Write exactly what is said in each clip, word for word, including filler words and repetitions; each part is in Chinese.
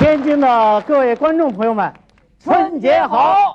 天津的各位观众朋友们，春节好！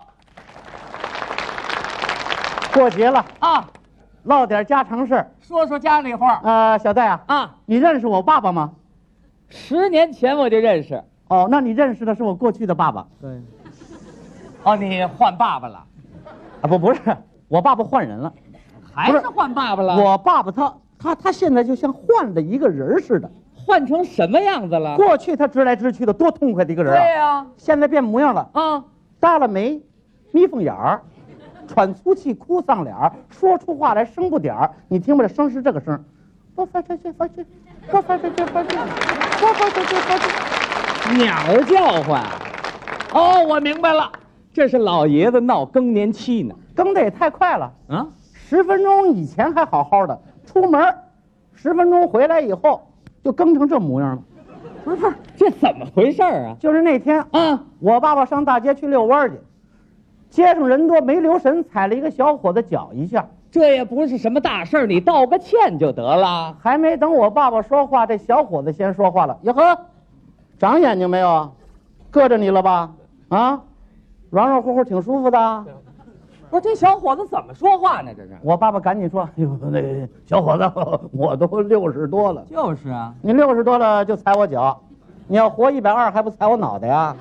过节了啊， 唠点家常事儿， 说说家里话。 呃，小戴啊， 啊， 你认识我爸爸吗？ 十年前我就认识。 哦，那你认识的是我过去的爸爸。 对。哦，你换爸爸了？ 啊，不，不是，我爸爸换人了。 还是换爸爸了？ 我爸爸他他他现在就像换了一个人似的。 换成什么样子了？ 过去他直来直去的，多痛快的一个人啊！ 对呀、啊， 现在变模样了啊， 耷了眉，眯缝眼儿，喘粗气，哭丧脸儿，说出话来声不点儿，你听不着声是这个声。我发这这发这，我发这这发这，我发这这发这， 鸟叫唤。哦，我明白了，这是老爷子闹更年期呢。 更的也太快了啊！ 十分钟以前还好好的，出门十分钟回来以后。就更成这模样了， 不是不是，这怎么回事啊？ 就是那天啊，我爸爸上大街去遛弯去，街上人多，没留神踩了一个小伙子脚一下。 这也不是什么大事，你道个歉就得了。 还没等我爸爸说话，这小伙子先说话了：“呀呵，长眼睛没有？硌着你了吧？啊，软软乎乎，挺舒服的。” 不是这小伙子怎么说话呢？这是我爸爸赶紧说：“哟，那个小伙子，我都六十多了。” 就是啊， 你六十多了就踩我脚，你要活一百二还不踩我脑袋呀？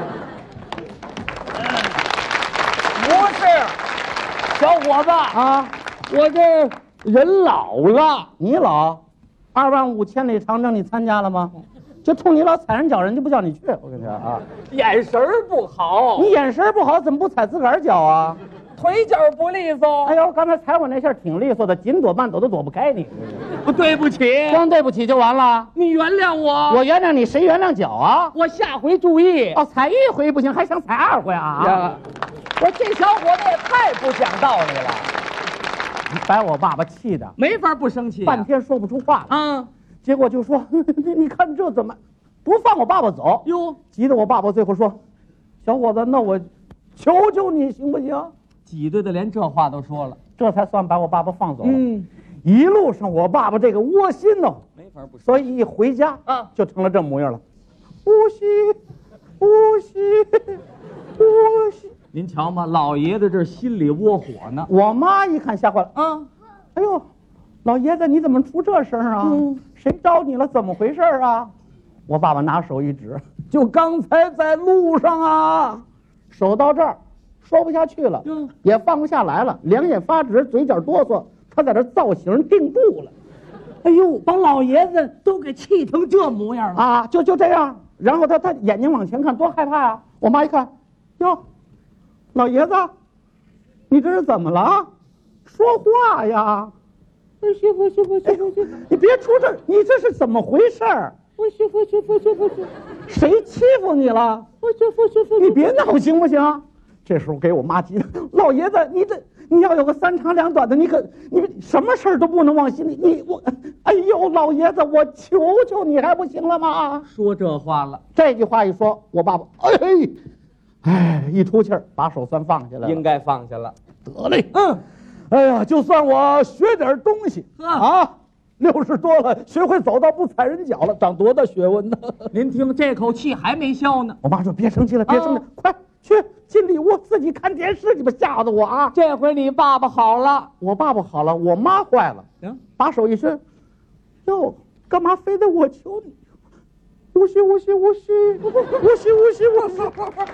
不是，小伙子啊， 我这人老了。 你老，二万五千里长征你参加了吗？就冲你老踩人脚，人就不叫你去。我跟你说啊， 眼神不好。 你眼神不好，怎么不踩自个儿脚啊？ 腿脚不利索。 哎呦，刚才踩我那下挺利索的，紧躲慢躲都躲不开你。 不对不起， 光对不起就完了。 你原谅我， 我原谅你，谁原谅脚啊？ 我下回注意。 哦，踩一回不行，还想踩二回啊？ 呀，我这小伙子也太不讲道理了， 你把我爸爸气的没法不生气、啊， 半天说不出话来啊。 结果就说，你看这怎么不放我爸爸走？ 哟， 急得我爸爸最后说，小伙子，那我求求你行不行？ 挤兑的连这话都说了， 这才算把我爸爸放走了。 嗯， 一路上我爸爸这个窝心哦， 没法不说。 所以一回家啊， 就成了这模样了。呼吸，呼吸，呼吸。 您瞧嘛，老爷子这心里窝火呢。 我妈一看吓坏了， 啊， 哎呦，老爷子你怎么出这声啊？ 嗯， 谁招你了？怎么回事啊？我爸爸拿手一指，就刚才在路上啊，手到这儿。说不下去了， 嗯， 也放不下来了，两眼发直，嘴角哆嗦，他在这造型定住了。 哎呦，把老爷子都给气成这模样了啊！就就这样，然后他他眼睛往前看，多害怕呀！我妈一看，哟，老爷子，你这是怎么了？说话呀！ 不行不行不行不行， 你别出这，你这是怎么回事？ 不行不行不行不行， 谁欺负你了？ 不行不行不行， 你别闹行不行？这时候给我妈急的，老爷子，你这你要有个三长两短的，你可你什么事儿都不能往心里。你我，哎呦，老爷子，我求求你还不行了吗？ 说这话了， 这句话一说，我爸爸，哎哎，一出气儿，把手算放下来了， 应该放下了。 得嘞，嗯，哎呀，就算我学点东西啊，六十多了，学会走道不踩人脚了，长多大学问呢？ 您听，这口气还没消呢。 我妈说别生气了，别生气， 啊、 快。去进里屋自己看电视，你们吓得我啊！ 这回你爸爸好了， 我爸爸好了，我妈坏了。 嗯， 把手一伸，哟，干嘛非得我求你？无锡无锡无锡无锡无锡无锡！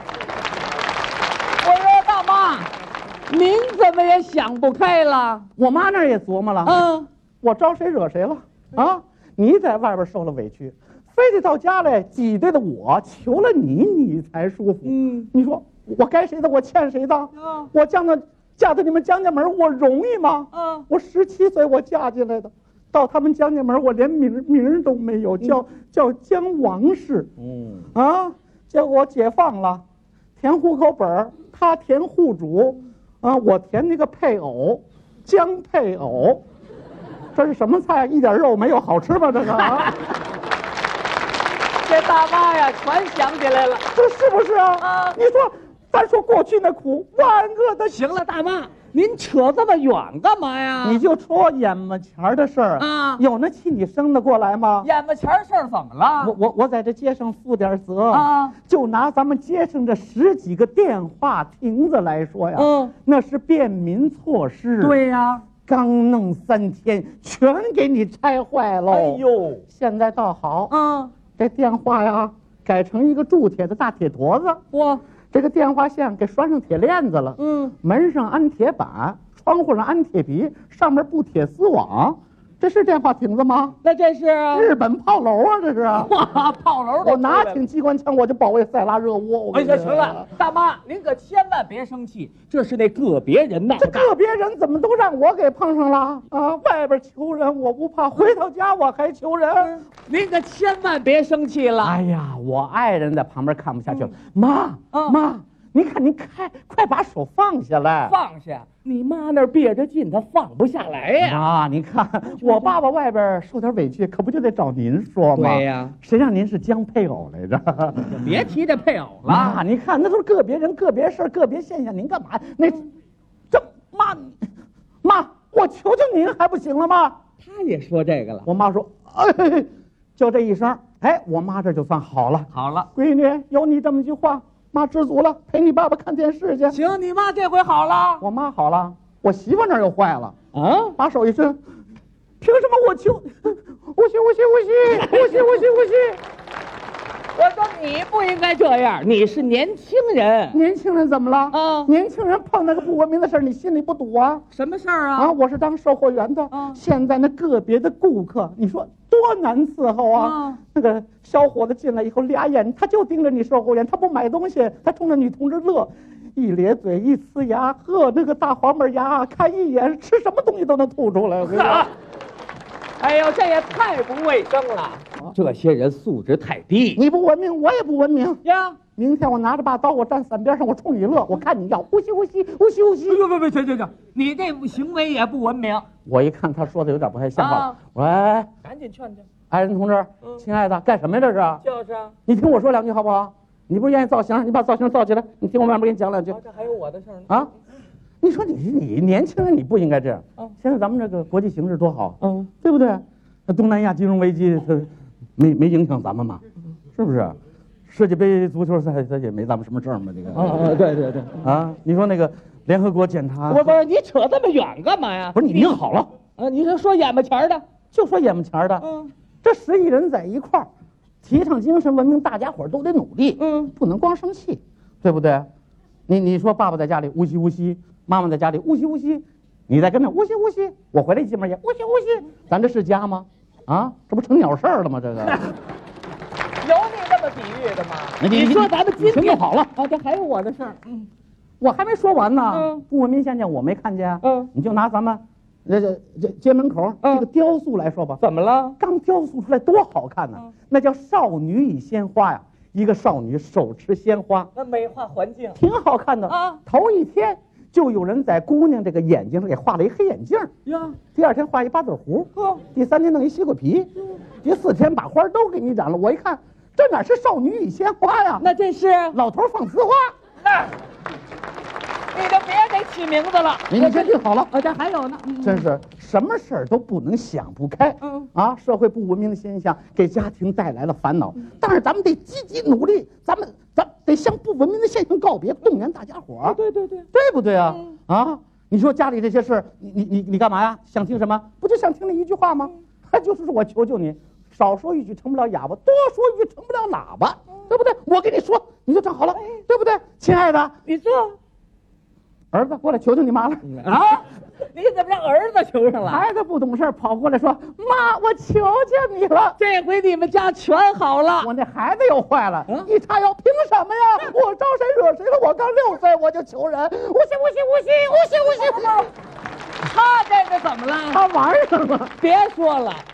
我说大妈，您怎么也想不开了？ 我妈那儿也琢磨了， 嗯， 我招谁惹谁了啊？你在外边受了委屈。非得到家来挤兑的我，求了你，你才舒服。 嗯， 你说我该谁的，我欠谁的？ 啊， 我嫁到嫁到你们江家门，我容易吗？ 啊， 我十七岁我嫁进来的，到他们江家门，我连名名都没有，叫、嗯、叫江王氏。嗯，啊，结果解放了，填户口本，他填户主，啊，我填那个配偶，江配偶。这是什么菜？一点肉没有，好吃吗？这个啊。 这大妈呀，全想起来了， 这是不是啊？ 啊， 你说，咱说过去那苦，万恶的。 行了，大妈， 您扯这么远干嘛呀？ 你就说眼门前的事儿啊， 有那气你生得过来吗？ 眼门前事儿怎么了？ 我我我在这街上负点责啊， 就拿咱们街上这十几个电话亭子来说呀， 嗯， 那是便民措施。 对呀， 刚弄三天，全给你拆坏喽。 哎呦， 现在倒好， 嗯， 这电话呀改成一个铸铁的大铁坨子， 哇， 这个电话线给拴上铁链子了， 嗯， 门上安铁板，窗户上安铁皮，上面布铁丝网。这是电话亭子吗？ 那这是日本炮楼啊！这是哇，炮楼都我拿起机关枪我就保卫塞拉热窝。我哎呀，行了，大妈，您可千万别生气，这是那个别人闹这的。 个别人怎么都让我给碰上了啊？外边求人我不怕，回到家我还求人。 您可千万别生气了。 哎呀，我爱人在旁边看不下去了，妈嗯妈，您看您开，快把手放下来。 放下，你妈那儿憋着劲，她放不下来呀。 妈，您看我爸爸外边受点委屈，可不就得找您说吗？ 对呀， 谁让您是将配偶来着？ 别提这配偶了。 妈，您看那都是个别人、个别事儿、个别现象，您干嘛？那这妈，妈，我求求您还不行了吗？ 他也说这个了。 我妈说，哎，就这一声，哎，我妈这就算好了。 好了， 闺女，有你这么句话，妈知足了，陪你爸爸看电视去。 行，你妈这回好了。 我妈好了，我媳妇那儿又坏了， 啊， 把手一伸，凭什么我求？无锡无锡无锡无锡无锡无锡！ 我说你不应该这样，你是年轻人。 年轻人怎么了？ 啊年轻人碰那个不文明的事儿，你心里不堵啊？ 什么事儿啊？ 啊，我是当售货员的， 啊现在那个别的顾客，你说多难伺候啊！ 啊那个小伙子进来以后，俩眼他就盯着你售货员，他不买东西，他冲着女同志乐，一咧嘴一呲牙，呵，那个大黄门牙，看一眼吃什么东西都能吐出来。我跟你说， 哎呦，这也太不卫生了！这些人素质太低你不文明，我也不文明。 呀！ 明天我拿着把刀，我站伞边上，我冲你乐，我看你要呼吸呼吸呼吸呼吸。 不不不，行行行，你这行为也不文明。 我一看他说的有点不太像话了， 啊我说哎， 赶紧劝劝。 爱人同志， 嗯亲爱的，干什么呀这是？ 就是啊， 你听我说两句好不好？你不是愿意造型，你把造型造起来，你听我慢慢给你讲两句这还有我的事儿呢。 啊。你说你你年轻人你不应该这样。 嗯现在咱们这个国际形势多好， 嗯， 对不对？那东南亚金融危机它没没影响咱们嘛，是不是？世界杯足球赛它也没咱们什么事儿嘛，这个啊啊，对对对。 啊，你说那个联合国检查， 不不是，你扯这么远干嘛呀？ 不是你命好了， 啊，你是说眼巴前儿的？ 就说眼巴前儿的， 嗯这十亿人在一块儿，提倡精神文明，大家伙儿都得努力， 嗯， 不能光生气，对不对？你你说爸爸在家里乌西乌西，妈妈在家里乌西乌西，你在跟着乌西乌西，我回来一进门也乌西乌西，咱这是家吗？啊，这不成鸟事儿了吗？这个， 有你这么比喻的吗？ 你说咱们今行就天好了， 啊，这还有我的事儿。嗯我还没说完呢。 嗯不文明现象我没看见， 嗯， 你就拿咱们这这这街门口嗯这个雕塑来说吧， 怎么了？ 刚雕塑出来多好看呢， 嗯那叫少女与鲜花呀，一个少女手持鲜花， 那美化环境。 挺好看的啊。 头一天就有人在姑娘这个眼睛上给画了一黑眼镜， 呀， 第二天画一八字胡， 呵， 第三天弄一西瓜皮，第四天把花都给你染了。我一看，这哪是少女与鲜花呀？ 那这是老头放呲花。 那，你就别给起名字了。 你你先听好了， 啊，这还有呢。 真是什么事儿都不能想不开。 嗯啊，社会不文明的现象给家庭带来了烦恼，但是咱们得积极努力，咱们咱得向不文明的现象告别，动员大家伙儿。 对对对， 对不对啊？ 嗯啊，你说家里这些事，你你你你干嘛呀？想听什么？不就想听那一句话吗？还就是我求求你，少说一句成不了哑巴，多说一句成不了喇叭，对不对？我跟你说，你就站好了，对不对？亲爱的， 你这儿子过来求求你妈了。 啊，你怎么让儿子求上了？ 孩子不懂事，跑过来说：“妈，我求求你了。” 这回你们家全好了。 我那孩子又坏了， 嗯一叉腰，凭什么呀？我招谁惹谁了？我刚六岁我就求人，无锡无锡无锡无锡无锡无锡， 他这个怎么了？ 他玩上了。 别说了，